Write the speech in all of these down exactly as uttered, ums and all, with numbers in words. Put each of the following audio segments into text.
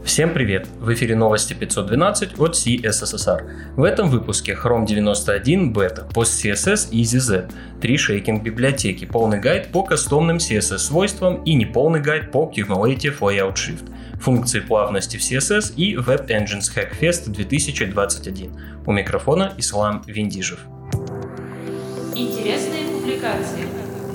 Всем привет! В эфире новости пятьсот двенадцать от си эс эс эс ар. В этом выпуске Chrome девяносто один бета, Post-си эс эс и зет зет, три шейкинг библиотеки, полный гайд по кастомным си эс эс свойствам и неполный гайд по Cumulative Layout Shift, функции плавности в си эс эс и Web Engines Hackfest две тысячи двадцать один. У микрофона Ислам Виндижев. Интересные публикации.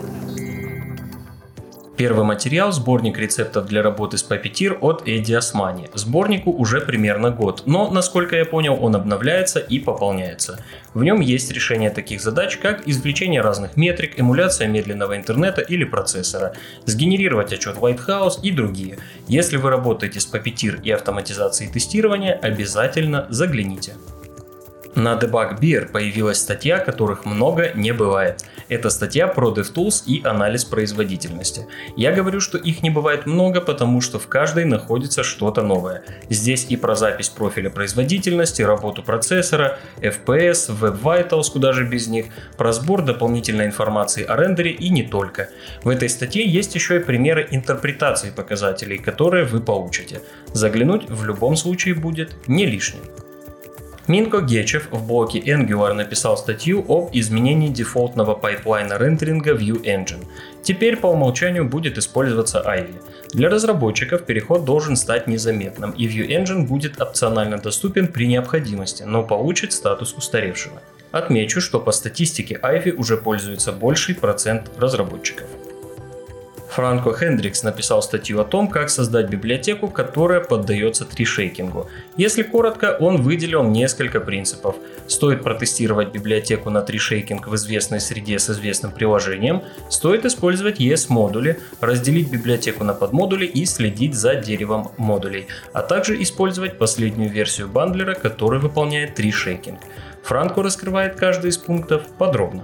Первый материал – сборник рецептов для работы с Puppeteer от Эдди Османи. Сборнику уже примерно год, но, насколько я понял, он обновляется и пополняется. В нем есть решение таких задач, как извлечение разных метрик, эмуляция медленного интернета или процессора, сгенерировать отчет Lighthouse и другие. Если вы работаете с Puppeteer и автоматизацией тестирования, обязательно загляните. На DebugBear появилась статья, которых много не бывает. Это статья про DevTools и анализ производительности. Я говорю, что их не бывает много, потому что в каждой находится что-то новое. Здесь и про запись профиля производительности, работу процессора, эф пи эс, Web Vitals, куда же без них, про сбор дополнительной информации о рендере и не только. В этой статье есть еще и примеры интерпретации показателей, которые вы получите. Заглянуть в любом случае будет не лишним. Минко Гечев в блоге Angular написал статью об изменении дефолтного пайплайна рендеринга Vue Engine. Теперь по умолчанию будет использоваться Ivy. Для разработчиков переход должен стать незаметным, и Vue Engine будет опционально доступен при необходимости, но получит статус устаревшего. Отмечу, что по статистике Ivy уже пользуется больший процент разработчиков. Франко Хендрикс написал статью о том, как создать библиотеку, которая поддается тришейкингу. Если коротко, он выделил несколько принципов. Стоит протестировать библиотеку на тришейкинг в известной среде с известным приложением, стоит использовать и эс-модули, разделить библиотеку на подмодули и следить за деревом модулей, а также использовать последнюю версию бандлера, который выполняет тришейкинг. Франко раскрывает каждый из пунктов подробно.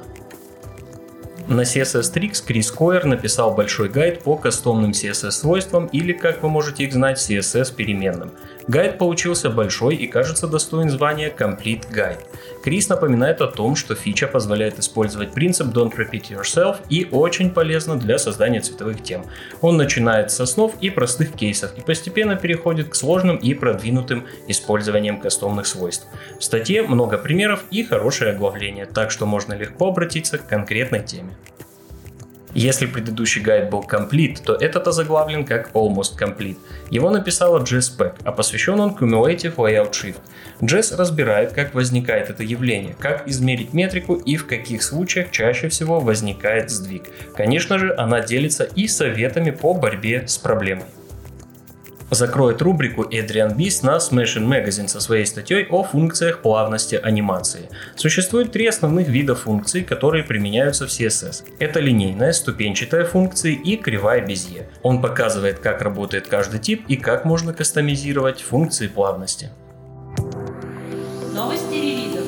На си эс эс Tricks Крис Койер написал большой гайд по кастомным си эс эс свойствам или, как вы можете их знать, си эс эс переменным. Гайд получился большой и кажется достоин звания Complete Guide. Крис напоминает о том, что фича позволяет использовать принцип Don't Repeat Yourself и очень полезна для создания цветовых тем. Он начинает с основ и простых кейсов и постепенно переходит к сложным и продвинутым использованием кастомных свойств. В статье много примеров и хорошее оглавление, так что можно легко обратиться к конкретной теме. Если предыдущий гайд был Complete, то этот озаглавлен как Almost Complete. Его написала Джесс Пэк, а посвящен он Cumulative Layout Shift. Джесс разбирает, как возникает это явление, как измерить метрику и в каких случаях чаще всего возникает сдвиг. Конечно же, она делится и советами по борьбе с проблемой. Закроет рубрику Эдриан Бис на Smashing Magazine со своей статьей о функциях плавности анимации. Существует три основных вида функций, которые применяются в си эс эс. Это линейная, ступенчатая функции и кривая Безье. Он показывает, как работает каждый тип и как можно кастомизировать функции плавности. Новости релизов.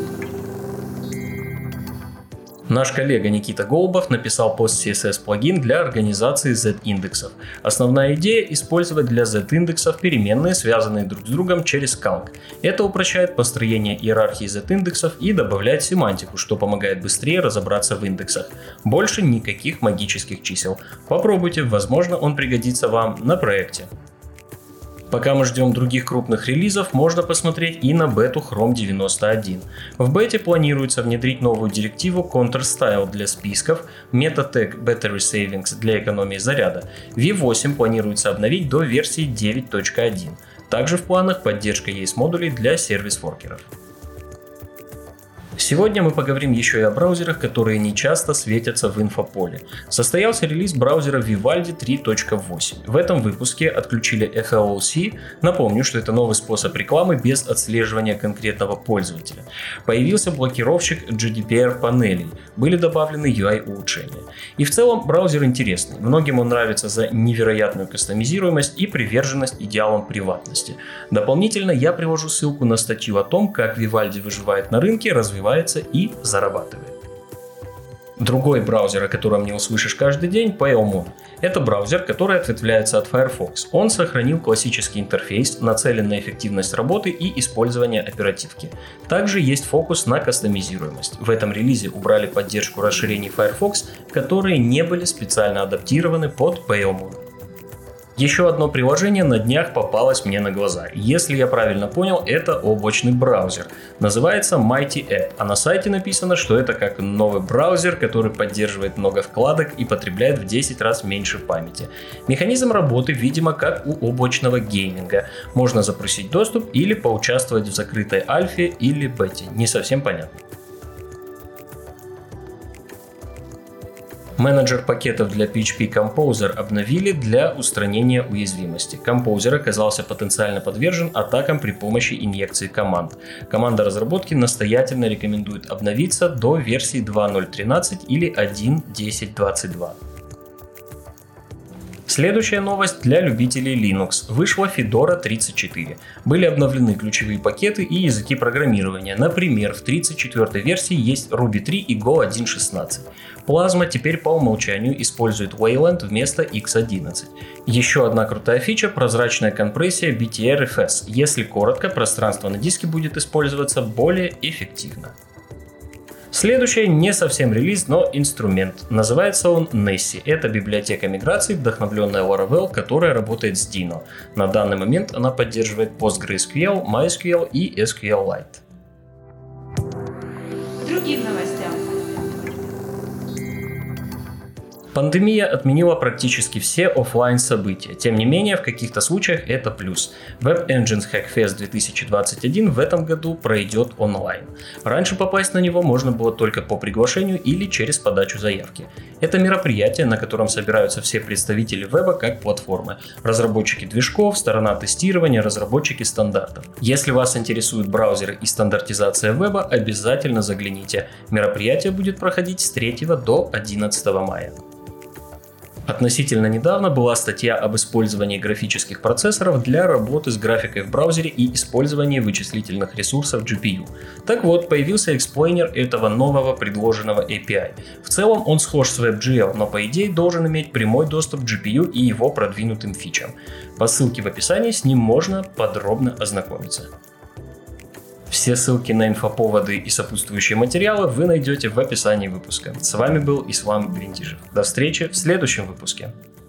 Наш коллега Никита Голубов написал Post-си эс эс плагин для организации Z-индексов. Основная идея – использовать для Z-индексов переменные, связанные друг с другом через калк. Это упрощает построение иерархии Z-индексов и добавляет семантику, что помогает быстрее разобраться в индексах. Больше никаких магических чисел. Попробуйте, возможно, он пригодится вам на проекте. Пока мы ждем других крупных релизов, можно посмотреть и на бету Chrome девяносто один. В бете планируется внедрить новую директиву CounterStyle для списков, метатег Battery Savings для экономии заряда. ви восемь планируется обновить до версии девять точка один. Также в планах поддержка и эс-модулей для сервис-воркеров. Сегодня мы поговорим еще и о браузерах, которые не часто светятся в инфополе. Состоялся релиз браузера Vivaldi три точка восемь. В этом выпуске отключили эф эл о си. Напомню, что это новый способ рекламы без отслеживания конкретного пользователя. Появился блокировщик джи ди пи ар панелей. Были добавлены ю ай улучшения. И в целом браузер интересный. Многим он нравится за невероятную кастомизируемость и приверженность идеалам приватности. Дополнительно я привожу ссылку на статью о том, как Vivaldi выживает на рынке, развивается и зарабатывает. Другой браузер, о котором не услышишь каждый день, Pale.Moon. Это браузер, который ответвляется от Firefox. Он сохранил классический интерфейс, нацелен на эффективность работы и использование оперативки. Также есть фокус на кастомизируемость. В этом релизе убрали поддержку расширений Firefox, которые не были специально адаптированы под Pale.Moon. Еще одно приложение на днях попалось мне на глаза. Если я правильно понял, это облачный браузер. Называется Mighty App, а на сайте написано, что это как новый браузер, который поддерживает много вкладок и потребляет в десять раз меньше памяти. Механизм работы, видимо, как у облачного гейминга. Можно запросить доступ или поучаствовать в закрытой альфе или бете. Не совсем понятно. Менеджер пакетов для пи эйч пи Composer обновили для устранения уязвимости. Composer оказался потенциально подвержен атакам при помощи инъекции команд. Команда разработки настоятельно рекомендует обновиться до версии два ноль тринадцать или один точка десять двадцать два. Следующая новость для любителей Linux. Вышла Fedora тридцать четыре. Были обновлены ключевые пакеты и языки программирования. Например, в тридцать четвёртой версии есть Ruby три и Go один точка шестнадцать. Plasma теперь по умолчанию использует Wayland вместо икс одиннадцать. Еще одна крутая фича – прозрачная компрессия би ти ар эф эс. Если коротко, пространство на диске будет использоваться более эффективно. Следующий не совсем релиз, но инструмент. Называется он Nessie. Это библиотека миграции, вдохновленная Laravel, которая работает с Dino. На данный момент она поддерживает PostgreSQL, MySQL и эс кью эль Lite. Другим новостям. Пандемия отменила практически все офлайн события. Тем не менее, в каких-то случаях это плюс. Web Engines Hackfest две тысячи двадцать один в этом году пройдет онлайн. Раньше попасть на него можно было только по приглашению или через подачу заявки. Это мероприятие, на котором собираются все представители веба как платформы. Разработчики движков, сторона тестирования, разработчики стандартов. Если вас интересуют браузеры и стандартизация веба, обязательно загляните. Мероприятие будет проходить с третьего до одиннадцатого мая. Относительно недавно была статья об использовании графических процессоров для работы с графикой в браузере и использовании вычислительных ресурсов джи пи ю. Так вот, появился эксплейнер этого нового предложенного эй пи ай. В целом он схож с WebGL, но по идее должен иметь прямой доступ к джи пи ю и его продвинутым фичам. По ссылке в описании с ним можно подробно ознакомиться. Все ссылки на инфоповоды и сопутствующие материалы вы найдете в описании выпуска. С вами был Ислам Бендижев. До встречи в следующем выпуске.